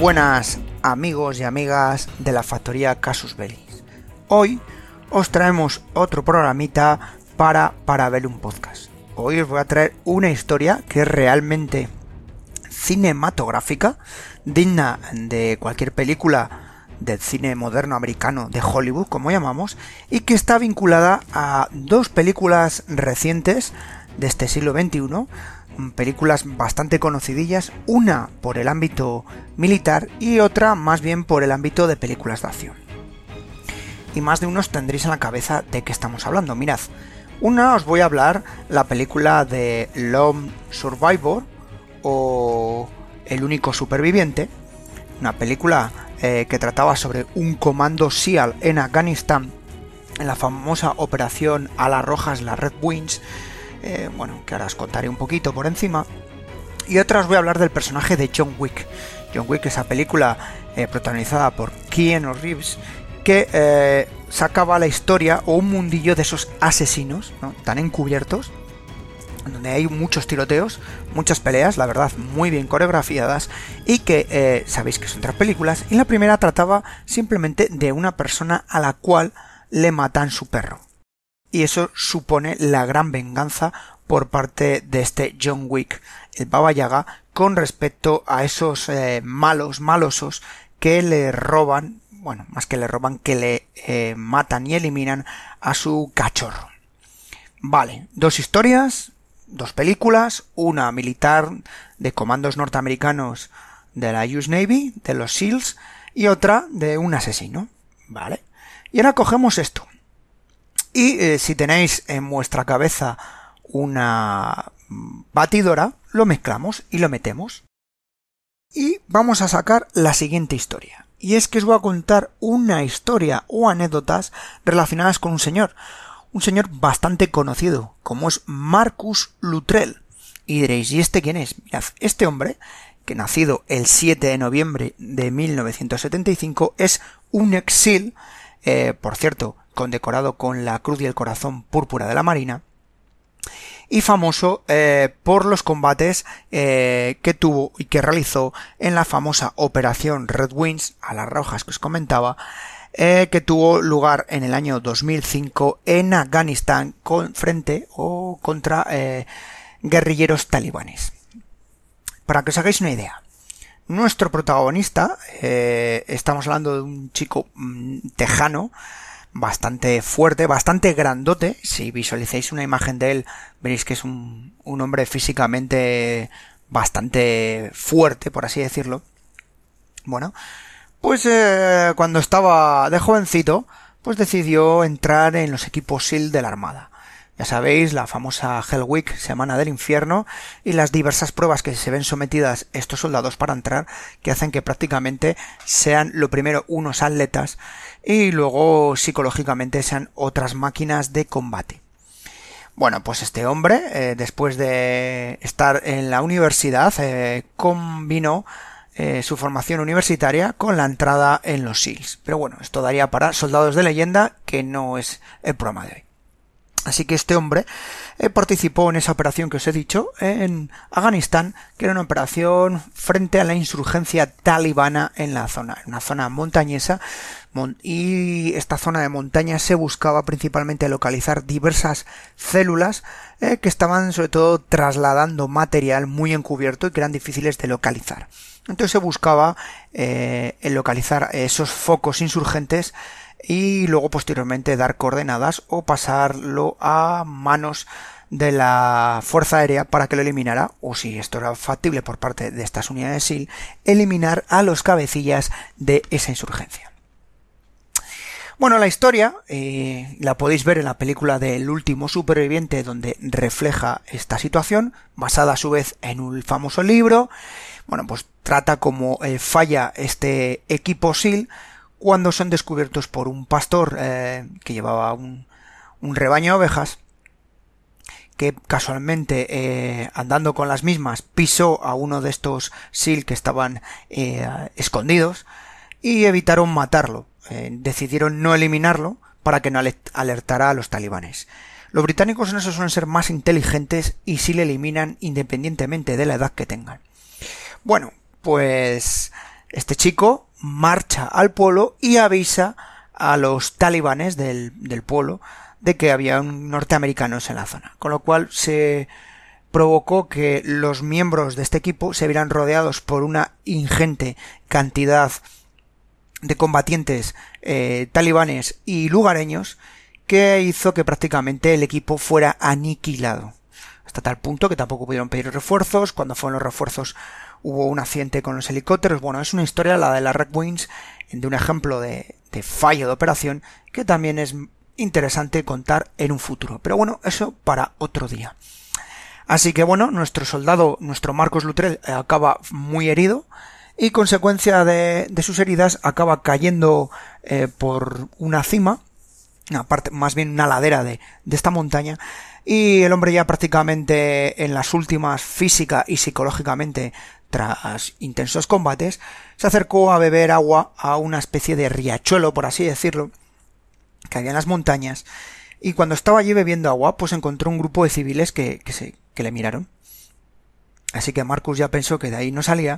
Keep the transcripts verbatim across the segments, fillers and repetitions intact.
Buenas amigos y amigas de la factoría Casus Belli. Hoy os traemos otro programita para Parabellum Podcast. Hoy os voy a traer una historia que es realmente cinematográfica, digna de cualquier película del cine moderno americano de Hollywood, como llamamos, y que está vinculada a dos películas recientes de este siglo veintiuno, películas bastante conocidillas, una por el ámbito militar y otra más bien por el ámbito de películas de acción. Y más de unos tendréis en la cabeza de qué estamos hablando. Mirad, una os voy a hablar la película de Lone Survivor o El único superviviente, una película eh, que trataba sobre un comando SEAL en Afganistán en la famosa operación Alas Rojas, la Red Wings. Eh, bueno, que ahora os contaré un poquito por encima. Y otra os voy a hablar del personaje de John Wick. John Wick, esa película eh, protagonizada por Keanu Reeves, que eh, sacaba la historia o un mundillo de esos asesinos, ¿no?, tan encubiertos, donde hay muchos tiroteos, muchas peleas, la verdad, muy bien coreografiadas, y que eh, sabéis que son tres películas, y la primera trataba simplemente de una persona a la cual le matan su perro. Y eso supone la gran venganza por parte de este John Wick, el Baba Yaga, con respecto a esos eh, malos, malosos que le roban, bueno, más que le roban, que le eh, matan y eliminan a su cachorro. Vale, dos historias, dos películas, una militar de comandos norteamericanos de la U S Navy, de los SEALs, y otra de un asesino, ¿vale? Y ahora cogemos esto. Y eh, si tenéis en vuestra cabeza una batidora, lo mezclamos y lo metemos. Y vamos a sacar la siguiente historia. Y es que os voy a contar una historia o anécdotas relacionadas con un señor. Un señor bastante conocido, como es Marcus Luttrell. Y diréis, ¿y este quién es? Mirad, este hombre, que nacido el siete de noviembre de mil novecientos setenta y cinco, es un ex SEAL, eh, por cierto, condecorado con la Cruz y el Corazón Púrpura de la Marina, y famoso eh, por los combates eh, que tuvo y que realizó en la famosa Operación Red Wings, a las rojas que os comentaba, eh, que tuvo lugar en el año dos mil cinco en Afganistán con, frente o contra eh, guerrilleros talibanes. Para que os hagáis una idea, nuestro protagonista, eh, estamos hablando de un chico mmm, tejano, bastante fuerte, bastante grandote. Si visualizáis una imagen de él, veréis que es un, un hombre físicamente bastante fuerte, por así decirlo. Bueno, pues eh, cuando estaba de jovencito, pues decidió entrar en los equipos SEAL de la Armada. Ya sabéis, la famosa Hell Week, Semana del Infierno, y las diversas pruebas que se ven sometidas estos soldados para entrar, que hacen que prácticamente sean, lo primero, unos atletas, y luego psicológicamente sean otras máquinas de combate. Bueno, pues este hombre, eh, después de estar en la universidad, eh, combinó eh, su formación universitaria con la entrada en los SEALs. Pero bueno, esto daría para Soldados de Leyenda, que no es el programa de hoy. Así que este hombre eh, participó en esa operación que os he dicho en Afganistán, que era una operación frente a la insurgencia talibana en la zona, en una zona montañesa, mon- y esta zona de montaña se buscaba principalmente localizar diversas células eh, que estaban sobre todo trasladando material muy encubierto y que eran difíciles de localizar. Entonces se buscaba eh, el localizar esos focos insurgentes y luego posteriormente dar coordenadas o pasarlo a manos de la Fuerza Aérea para que lo eliminara, o si esto era factible por parte de estas unidades SEAL, eliminar a los cabecillas de esa insurgencia. Bueno, la historia eh, la podéis ver en la película de El último superviviente, donde refleja esta situación, basada a su vez en un famoso libro. Bueno, pues trata cómo eh, falla este equipo SEAL cuando son descubiertos por un pastor eh, que llevaba un, un rebaño de ovejas, que casualmente eh, andando con las mismas pisó a uno de estos SEAL que estaban eh, escondidos y evitaron matarlo. Eh, decidieron no eliminarlo para que no alertara a los talibanes. Los británicos en eso suelen ser más inteligentes y sí le eliminan independientemente de la edad que tengan. Bueno, pues Este chico marcha al pueblo y avisa a los talibanes del, del pueblo de que había norteamericanos en la zona, con lo cual se provocó que los miembros de este equipo se vieran rodeados por una ingente cantidad de combatientes eh, talibanes y lugareños, que hizo que prácticamente el equipo fuera aniquilado, hasta tal punto que tampoco pudieron pedir refuerzos. Cuando fueron los refuerzos hubo un accidente con los helicópteros. Bueno, es una historia, la de la Red Wings, de un ejemplo de, de fallo de operación que también es interesante contar en un futuro, pero bueno, eso para otro día. Así que bueno, nuestro soldado, nuestro Marcus Luttrell, acaba muy herido y, consecuencia de, de sus heridas, acaba cayendo eh, por una cima, una parte, más bien una ladera de, de esta montaña, y el hombre ya prácticamente en las últimas, física y psicológicamente, tras intensos combates, se acercó a beber agua a una especie de riachuelo, por así decirlo, que había en las montañas, y cuando estaba allí bebiendo agua, pues encontró un grupo de civiles que, que, se, que le miraron. Así que Marcus ya pensó que de ahí no salía,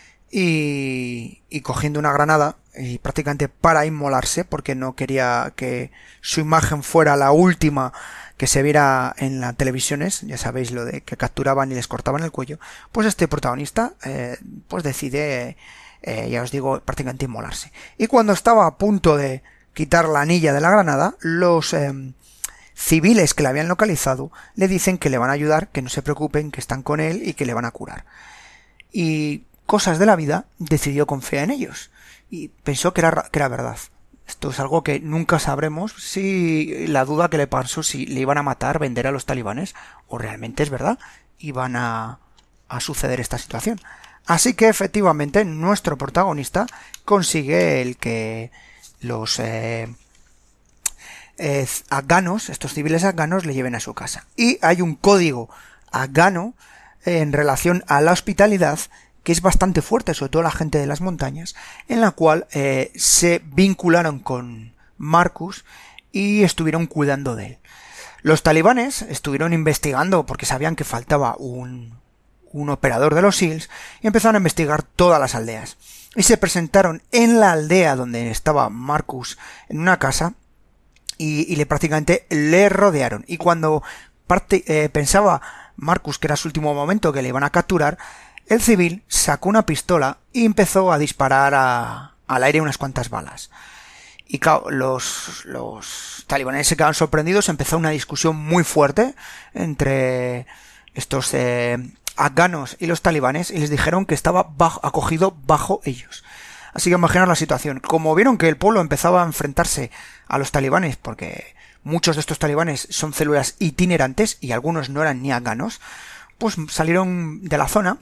y, y cogiendo una granada, y prácticamente para inmolarse, porque no quería que su imagen fuera la última que se viera en las televisiones, ya sabéis lo de que capturaban y les cortaban el cuello, pues este protagonista eh, pues decide, eh, ya os digo, prácticamente inmolarse. Y cuando estaba a punto de quitar la anilla de la granada, los eh, civiles que le habían localizado le dicen que le van a ayudar, que no se preocupen, que están con él y que le van a curar. Y cosas de la vida, decidió confiar en ellos y pensó que era, que era verdad. Esto es algo que nunca sabremos, si la duda que le pasó, si le iban a matar, vender a los talibanes, o realmente es verdad, iban a, a suceder esta situación. Así que efectivamente nuestro protagonista consigue el que los eh, eh, afganos, estos civiles afganos, le lleven a su casa. Y hay un código afgano eh, en relación a la hospitalidad que es bastante fuerte, sobre todo la gente de las montañas, en la cual eh, se vincularon con Marcus y estuvieron cuidando de él. Los talibanes estuvieron investigando porque sabían que faltaba un, un operador de los SEALs y empezaron a investigar todas las aldeas. Y se presentaron en la aldea donde estaba Marcus, en una casa, y, y le prácticamente le rodearon. Y cuando parte, eh, pensaba Marcus que era su último momento, que le iban a capturar, el civil sacó una pistola y empezó a disparar a, al aire unas cuantas balas. Y claro, los, los talibanes se quedaron sorprendidos, empezó una discusión muy fuerte entre estos eh, afganos y los talibanes, y les dijeron que estaba bajo, acogido bajo ellos. Así que imaginar la situación. Como vieron que el pueblo empezaba a enfrentarse a los talibanes, porque muchos de estos talibanes son células itinerantes y algunos no eran ni afganos, pues salieron de la zona,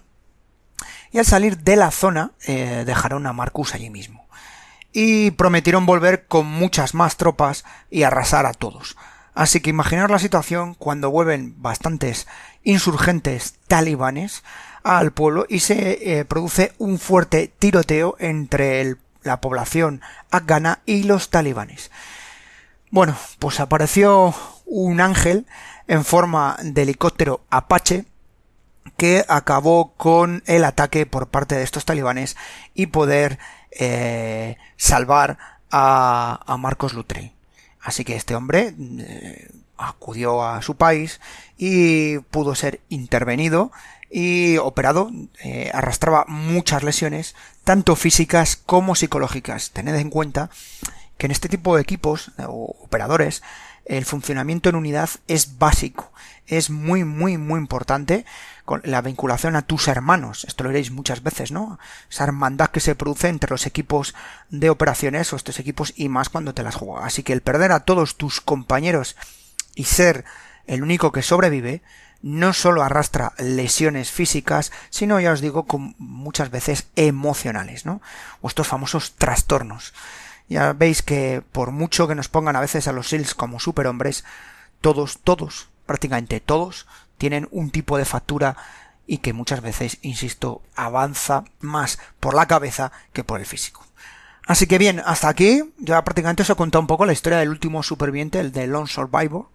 y al salir de la zona eh, dejaron a Marcus allí mismo. Y prometieron volver con muchas más tropas y arrasar a todos. Así que imaginar la situación cuando vuelven bastantes insurgentes talibanes al pueblo y se eh, produce un fuerte tiroteo entre el, la población afgana y los talibanes. Bueno, pues apareció un ángel en forma de helicóptero Apache que acabó con el ataque por parte de estos talibanes y poder eh, salvar a, a Marcus Luttrell. Así que este hombre eh, acudió a su país y pudo ser intervenido y operado. Eh, arrastraba muchas lesiones, tanto físicas como psicológicas. Tened en cuenta que en este tipo de equipos o operadores el funcionamiento en unidad es básico, es muy muy muy importante, con la vinculación a tus hermanos. Esto lo veréis muchas veces, ¿no? Esa hermandad que se produce entre los equipos de operaciones o estos equipos, y más cuando te las juegas. Así que el perder a todos tus compañeros y ser el único que sobrevive no solo arrastra lesiones físicas, sino, ya os digo, con muchas veces emocionales, ¿no? O estos famosos trastornos. Ya veis que por mucho que nos pongan a veces a los SEALs como superhombres, todos, todos, prácticamente todos, tienen un tipo de factura y que muchas veces, insisto, avanza más por la cabeza que por el físico. Así que bien, hasta aquí ya prácticamente os he contado un poco la historia del último superviviente, el de Lone Survivor,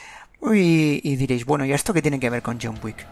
y, y diréis, bueno, ¿y esto qué tiene que ver con John Wick?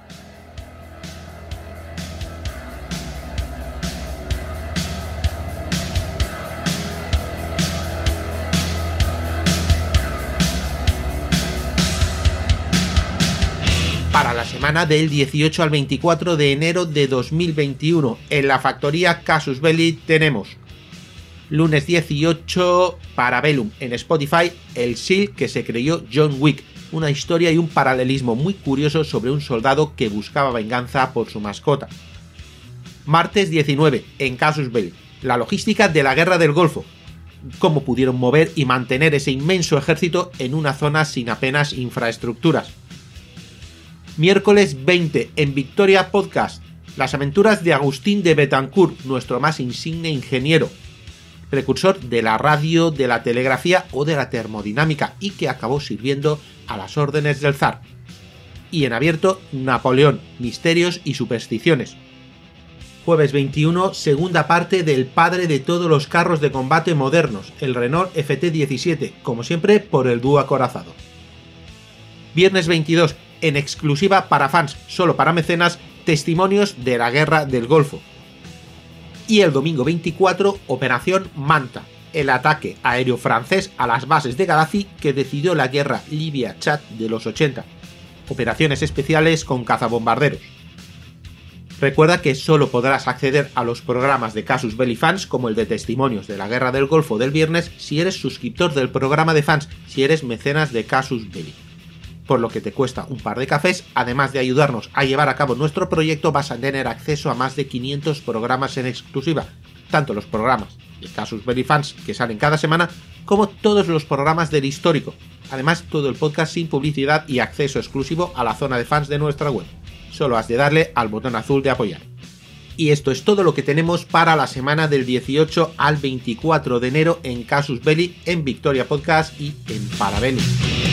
para la semana del dieciocho al veinticuatro de enero de dos mil veintiuno. En la factoría Casus Belli tenemos lunes dieciocho, Parabellum en Spotify, el S E A L que se creyó John Wick, una historia y un paralelismo muy curioso sobre un soldado que buscaba venganza por su mascota. Martes diecinueve, en Casus Belli, la logística de la Guerra del Golfo, cómo pudieron mover y mantener ese inmenso ejército en una zona sin apenas infraestructuras. Miércoles veinte, en Victoria Podcast, las aventuras de Agustín de Betancourt, nuestro más insigne ingeniero, precursor de la radio, de la telegrafía o de la termodinámica, y que acabó sirviendo a las órdenes del zar. Y en abierto, Napoleón, misterios y supersticiones. Jueves veintiuno, segunda parte del padre de todos los carros de combate modernos, el Renault F T diecisiete, como siempre por el dúo acorazado. Viernes veintidós, en exclusiva para fans, solo para mecenas, testimonios de la Guerra del Golfo. Y el domingo veinticuatro, Operación Manta, el ataque aéreo francés a las bases de Gaddafi que decidió la guerra Libia-Chad de los ochenta. Operaciones especiales con cazabombarderos. Recuerda que solo podrás acceder a los programas de Casus Belli Fans, como el de Testimonios de la Guerra del Golfo del viernes, si eres suscriptor del programa de fans, si eres mecenas de Casus Belli. Por lo que te cuesta un par de cafés, además de ayudarnos a llevar a cabo nuestro proyecto, vas a tener acceso a más de quinientos programas en exclusiva, tanto los programas de Casus Belli Fans que salen cada semana, como todos los programas del histórico. Además, todo el podcast sin publicidad y acceso exclusivo a la zona de fans de nuestra web. Solo has de darle al botón azul de apoyar. Y esto es todo lo que tenemos para la semana del dieciocho al veinticuatro de enero en Casus Belli, en Victoria Podcast y en Parabellum.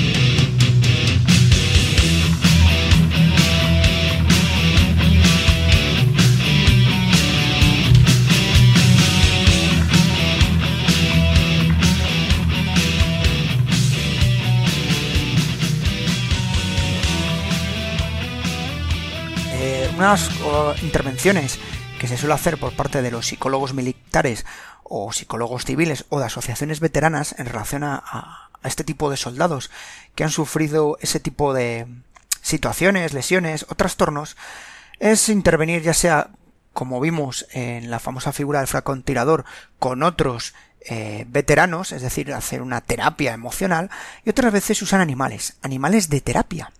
Unas uh, intervenciones que se suele hacer por parte de los psicólogos militares o psicólogos civiles o de asociaciones veteranas en relación a, a, a este tipo de soldados que han sufrido ese tipo de situaciones, lesiones o trastornos, es intervenir ya sea, como vimos en la famosa figura del francotirador, con otros eh, veteranos, es decir, hacer una terapia emocional, y otras veces usan animales, animales de terapia.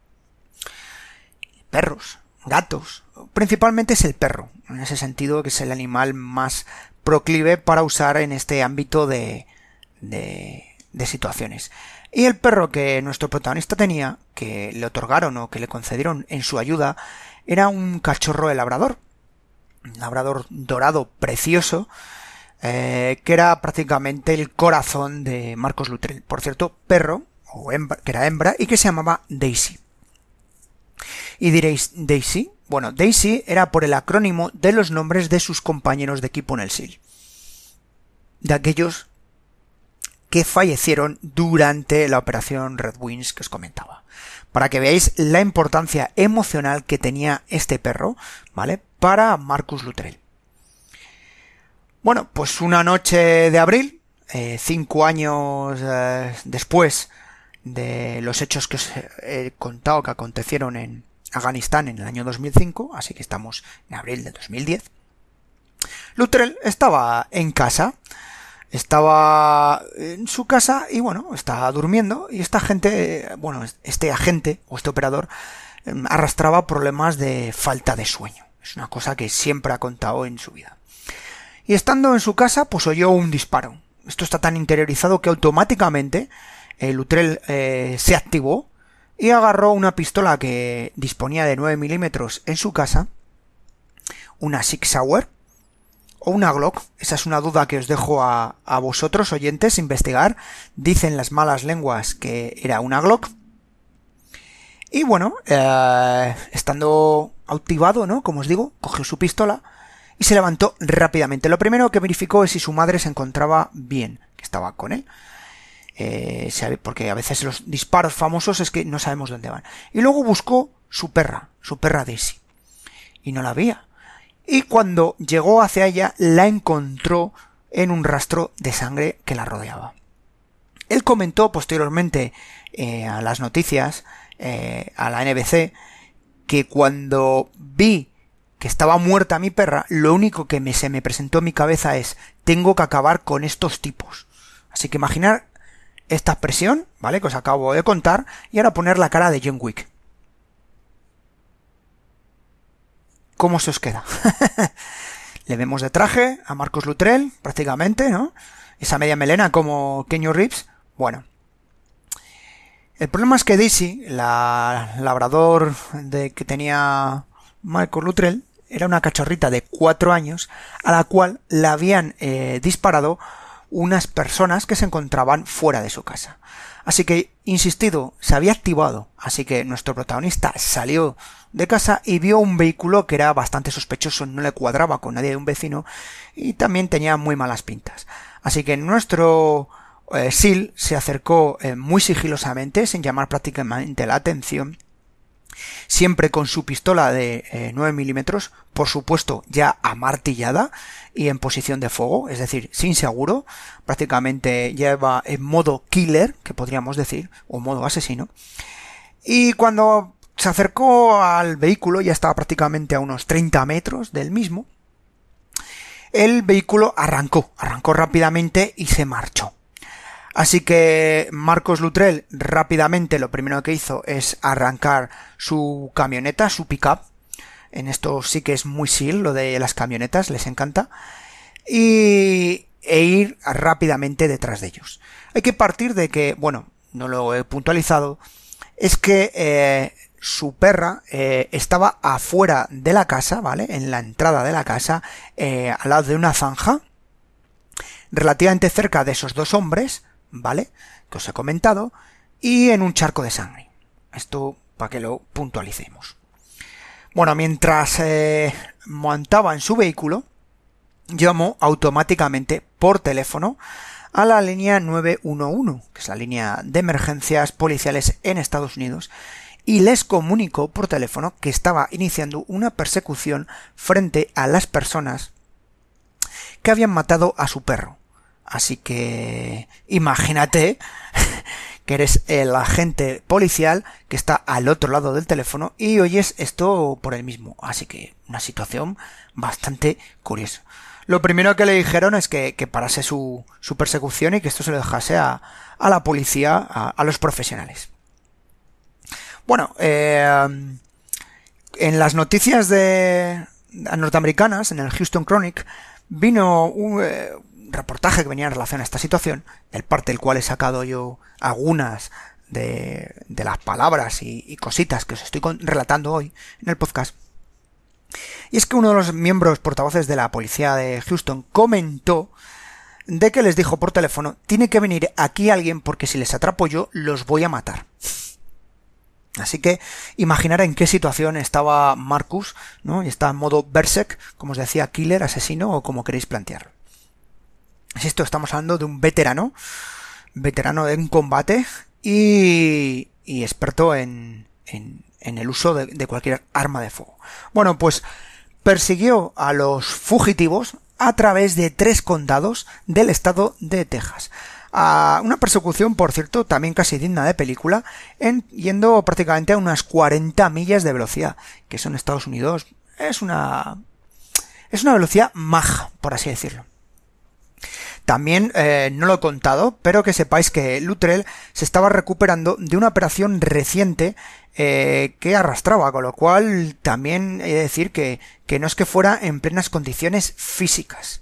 Perros, gatos, principalmente es el perro, en ese sentido que es el animal más proclive para usar en este ámbito de, de, de situaciones. Y el perro que nuestro protagonista tenía, que le otorgaron o que le concedieron en su ayuda, era un cachorro de labrador, un labrador dorado precioso, eh, que era prácticamente el corazón de Marcos Luttrell. Por cierto, perro, o hembra, que era hembra, y que se llamaba Daisy. Y diréis, ¿Daisy? Bueno, Daisy era por el acrónimo de los nombres de sus compañeros de equipo en el S E A L, de aquellos que fallecieron durante la operación Red Wings que os comentaba, para que veáis la importancia emocional que tenía este perro, ¿vale?, para Marcus Luttrell. Bueno, pues una noche de abril, eh, cinco años eh, después de los hechos que os he contado que acontecieron en Afganistán en el año dos mil cinco, así que estamos en abril de dos mil diez, Luttrell estaba en casa, estaba en su casa y bueno, estaba durmiendo, y esta gente, bueno, este agente o este operador arrastraba problemas de falta de sueño. Es una cosa que siempre ha contado en su vida. Y estando en su casa, pues oyó un disparo. Esto está tan interiorizado que automáticamente eh, Luttrell eh, se activó y agarró una pistola que disponía de nueve milímetros en su casa, una Sig Sauer o una Glock. Esa es una duda que os dejo a, a vosotros, oyentes, investigar. Dicen las malas lenguas que era una Glock. Y bueno, eh, estando activado, ¿no?, como os digo, cogió su pistola y se levantó rápidamente. Lo primero que verificó es si su madre se encontraba bien, que estaba con él. Eh, porque a veces los disparos famosos es que no sabemos dónde van. Y luego buscó su perra, su perra Daisy, y no la veía. Y cuando llegó hacia ella, la encontró en un rastro de sangre que la rodeaba. Él comentó posteriormente eh, a las noticias, eh, a la N B C, que cuando vi que estaba muerta mi perra, lo único que me, se me presentó en mi cabeza es: tengo que acabar con estos tipos. Así que imaginar esta expresión, ¿vale?, que os acabo de contar, y ahora poner la cara de John Wick. ¿Cómo se os queda? Le vemos de traje a Marcos Luttrell, prácticamente, ¿no? Esa media melena como Keanu Reeves. Bueno. El problema es que Daisy, la labrador de que tenía Marcos Luttrell, era una cachorrita de cuatro años a la cual le habían eh, disparado unas personas que se encontraban fuera de su casa. Así que, insistido, se había activado, así que nuestro protagonista salió de casa y vio un vehículo que era bastante sospechoso, no le cuadraba con nadie de un vecino y también tenía muy malas pintas. Así que nuestro eh, Sil se acercó eh, muy sigilosamente, sin llamar prácticamente la atención, siempre con su pistola de eh, nueve milímetros, por supuesto ya amartillada y en posición de fuego, es decir, sin seguro, prácticamente lleva en modo killer, que podríamos decir, o modo asesino, y cuando se acercó al vehículo, ya estaba prácticamente a unos treinta metros del mismo, el vehículo arrancó, arrancó rápidamente y se marchó. Así que Marcos Luttrell rápidamente lo primero que hizo es arrancar su camioneta, su pick-up. En esto sí que es muy Sil, lo de las camionetas, les encanta. Y e ir rápidamente detrás de ellos. Hay que partir de que, bueno, no lo he puntualizado, es que eh, su perra eh, estaba afuera de la casa, ¿vale? En la entrada de la casa, eh, al lado de una zanja, relativamente cerca de esos dos hombres, ¿vale?, que os he comentado, y en un charco de sangre. Esto para que lo puntualicemos. Bueno, mientras eh, montaba en su vehículo, llamó automáticamente por teléfono a la línea nueve uno uno, que es la línea de emergencias policiales en Estados Unidos, y les comunicó por teléfono que estaba iniciando una persecución frente a las personas que habían matado a su perro. Así que imagínate que eres el agente policial que está al otro lado del teléfono y oyes esto por el mismo. Así que una situación bastante curiosa. Lo primero que le dijeron es que, que parase su, su persecución y que esto se lo dejase a, a la policía, a, a los profesionales. Bueno, eh, en las noticias de norteamericanas, en el Houston Chronicle, vino un... Eh, reportaje que venía en relación a esta situación, del parte del cual he sacado yo algunas de, de las palabras y, y cositas que os estoy con, relatando hoy en el podcast. Y es que uno de los miembros portavoces de la policía de Houston comentó de que les dijo por teléfono: tiene que venir aquí alguien porque si les atrapo yo los voy a matar. Así que imaginar en qué situación estaba Marcus, ¿no? Y está en modo berserk, como os decía, killer, asesino o como queréis plantearlo. Esto estamos hablando de un veterano, veterano en combate y, y experto en, en, en el uso de, de cualquier arma de fuego. Bueno, pues persiguió a los fugitivos a través de tres condados del estado de Texas. A una persecución, por cierto, también casi digna de película, en, yendo prácticamente a unas cuarenta millas de velocidad, que eso en Estados Unidos es una, es una velocidad maja, por así decirlo. También, eh, no lo he contado, pero que sepáis que Luttrell se estaba recuperando de una operación reciente eh, que arrastraba, con lo cual también he de decir que, que no es que fuera en plenas condiciones físicas.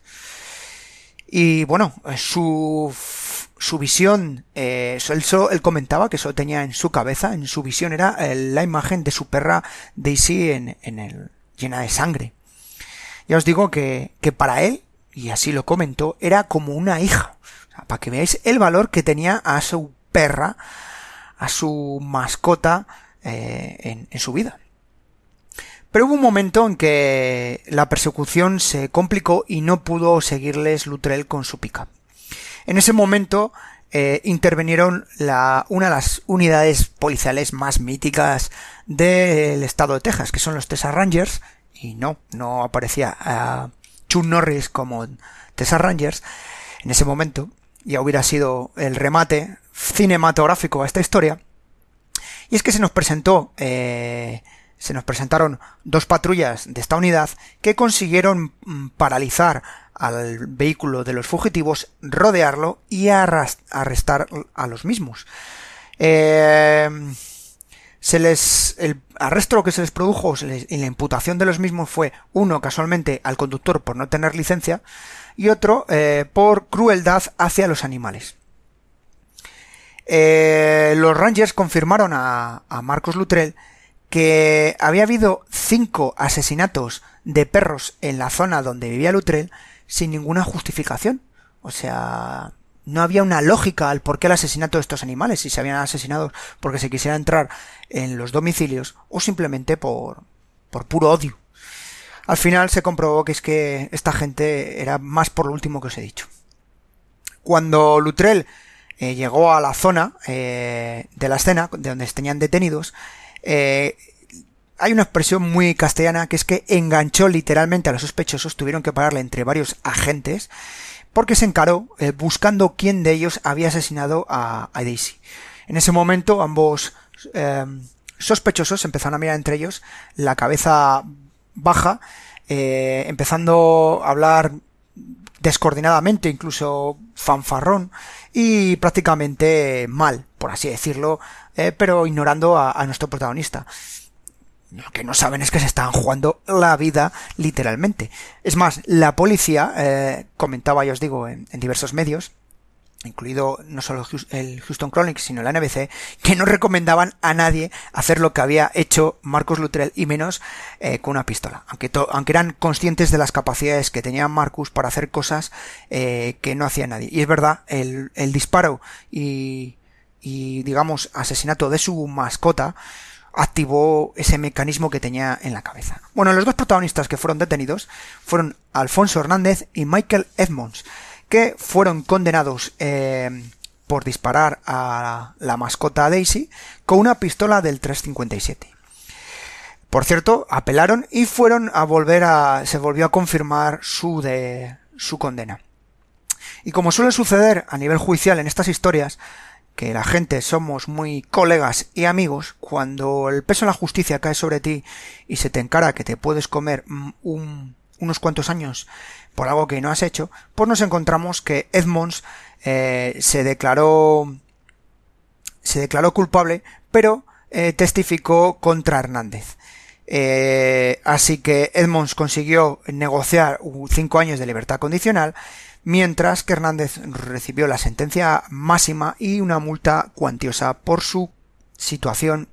Y bueno, su, su visión, eh, él, solo, él comentaba que solo tenía en su cabeza, en su visión era eh, la imagen de su perra Daisy en, en el, llena de sangre. Ya os digo que, que para él, y así lo comentó, era como una hija. O sea, para que veáis el valor que tenía a su perra, a su mascota eh, en, en su vida. Pero hubo un momento en que la persecución se complicó y no pudo seguirles Luttrell con su pick-up. En ese momento eh, intervinieron la, una de las unidades policiales más míticas del estado de Texas, que son los Texas Rangers, y no, no aparecía uh, Chuck Norris como Texas Rangers en ese momento, ya hubiera sido el remate cinematográfico a esta historia. Y es que se nos presentó eh, se nos presentaron dos patrullas de esta unidad que consiguieron mm, paralizar al vehículo de los fugitivos, rodearlo y arrestar a los mismos. Eh, se les, el arresto que se les produjo se les, y la imputación de los mismos fue uno casualmente al conductor por no tener licencia y otro eh, por crueldad hacia los animales. Eh, los Rangers confirmaron a, a Marcos Luttrell que había habido cinco asesinatos de perros en la zona donde vivía Luttrell sin ninguna justificación. O sea, no había una lógica al porqué el asesinato de estos animales, si se habían asesinado porque se quisiera entrar en los domicilios o simplemente por, por puro odio. Al final se comprobó que es que esta gente era más por lo último que os he dicho. Cuando Luttrell eh, llegó a la zona eh, de la escena de donde tenían detenidos, eh, hay una expresión muy castellana que es que enganchó literalmente a los sospechosos, tuvieron que pararle entre varios agentes porque se encaró eh, buscando quién de ellos había asesinado a, a Daisy. En ese momento ambos eh, sospechosos empezaron a mirar entre ellos, la cabeza baja, eh, empezando a hablar descoordinadamente, incluso fanfarrón y prácticamente mal, por así decirlo, eh, pero ignorando a, a nuestro protagonista. Lo que no saben es que se están jugando la vida literalmente. Es más, la policía eh, comentaba, ya os digo, en, en diversos medios, incluido no solo el Houston Chronicle, sino la N B C, que no recomendaban a nadie hacer lo que había hecho Marcus Luttrell, y menos eh, con una pistola, aunque, to- aunque eran conscientes de las capacidades que tenía Marcus para hacer cosas eh, que no hacía nadie. Y es verdad, el, el disparo y, y, digamos, asesinato de su mascota activó ese mecanismo que tenía en la cabeza. Bueno, los dos protagonistas que fueron detenidos fueron Alfonso Hernández y Michael Edmonds, que fueron condenados eh, por disparar a la mascota Daisy con una pistola del tres cincuenta y siete. Por cierto, apelaron y fueron a volver a se volvió a confirmar su de su condena. Y como suele suceder a nivel judicial en estas historias, que la gente somos muy colegas y amigos, cuando el peso de la justicia cae sobre ti y se te encara que te puedes comer un, unos cuantos años por algo que no has hecho, pues nos encontramos que Edmonds eh, se declaró se declaró culpable, pero eh, testificó contra Hernández. Eh, así que Edmonds consiguió negociar cinco años de libertad condicional, mientras que Hernández recibió la sentencia máxima y una multa cuantiosa por su situación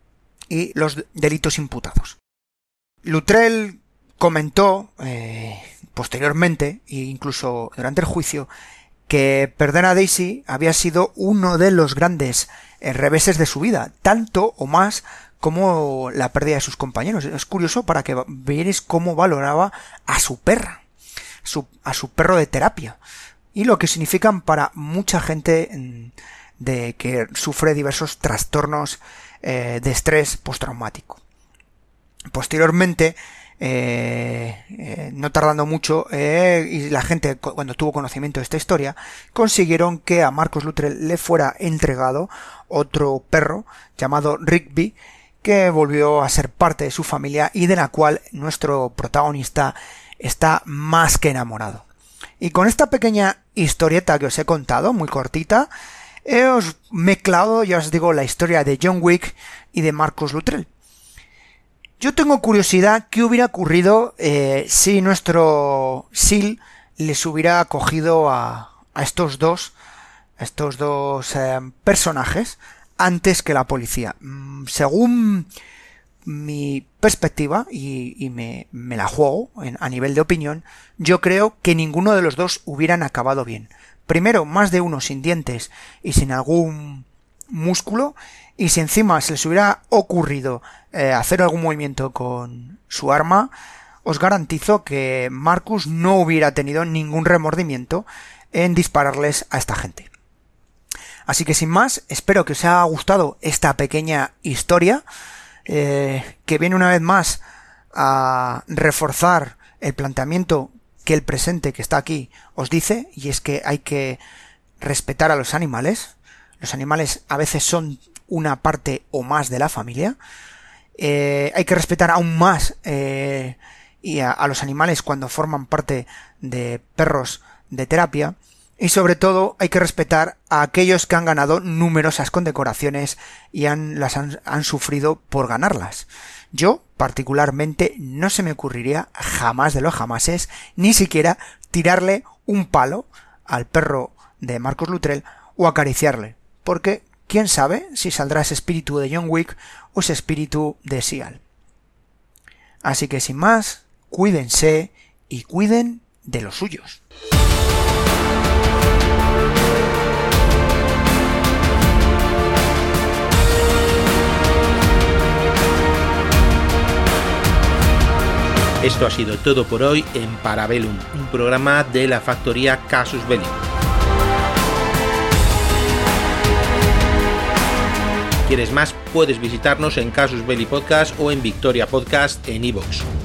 y los delitos imputados. Luttrell comentó eh, posteriormente, e incluso durante el juicio, que perder a Daisy había sido uno de los grandes eh, reveses de su vida, tanto o más como la pérdida de sus compañeros. Es curioso para que veáis cómo valoraba a su perra. Su, a su perro de terapia y lo que significan para mucha gente de que sufre diversos trastornos eh, de estrés postraumático. Posteriormente, eh, eh, no tardando mucho, eh, y la gente cuando tuvo conocimiento de esta historia, consiguieron que a Marcus Luttrell le fuera entregado otro perro llamado Rigby, que volvió a ser parte de su familia y de la cual nuestro protagonista está más que enamorado. Y con esta pequeña historieta que os he contado, muy cortita, he os mezclado, ya os digo, la historia de John Wick y de Marcus Luttrell. Yo tengo curiosidad qué hubiera ocurrido eh, si nuestro S E A L les hubiera acogido a, a estos dos, a estos dos eh, personajes antes que la policía. Mm, según mi perspectiva, y, y me, me la juego en, a nivel de opinión, yo creo que ninguno de los dos hubieran acabado bien. Primero, más de uno sin dientes y sin algún músculo, y si encima se les hubiera ocurrido eh, hacer algún movimiento con su arma, os garantizo que Marcus no hubiera tenido ningún remordimiento en dispararles a esta gente. Así que sin más, espero que os haya gustado esta pequeña historia, Eh, que viene una vez más a reforzar el planteamiento que el presente que está aquí os dice, y es que hay que respetar a los animales. Los animales a veces son una parte o más de la familia, eh, hay que respetar aún más eh, y a, a los animales cuando forman parte de perros de terapia, y sobre todo hay que respetar a aquellos que han ganado numerosas condecoraciones y han, las han, han sufrido por ganarlas. Yo, particularmente, no se me ocurriría jamás de los jamases ni siquiera tirarle un palo al perro de Marcus Luttrell o acariciarle, porque quién sabe si saldrá ese espíritu de John Wick o ese espíritu de Seagal. Así que sin más, cuídense y cuiden de los suyos. Esto ha sido todo por hoy en Parabellum, un programa de la factoría Casus Belli. ¿Quieres más? Puedes visitarnos en Casus Belli Podcast o en Victoria Podcast en iVoox.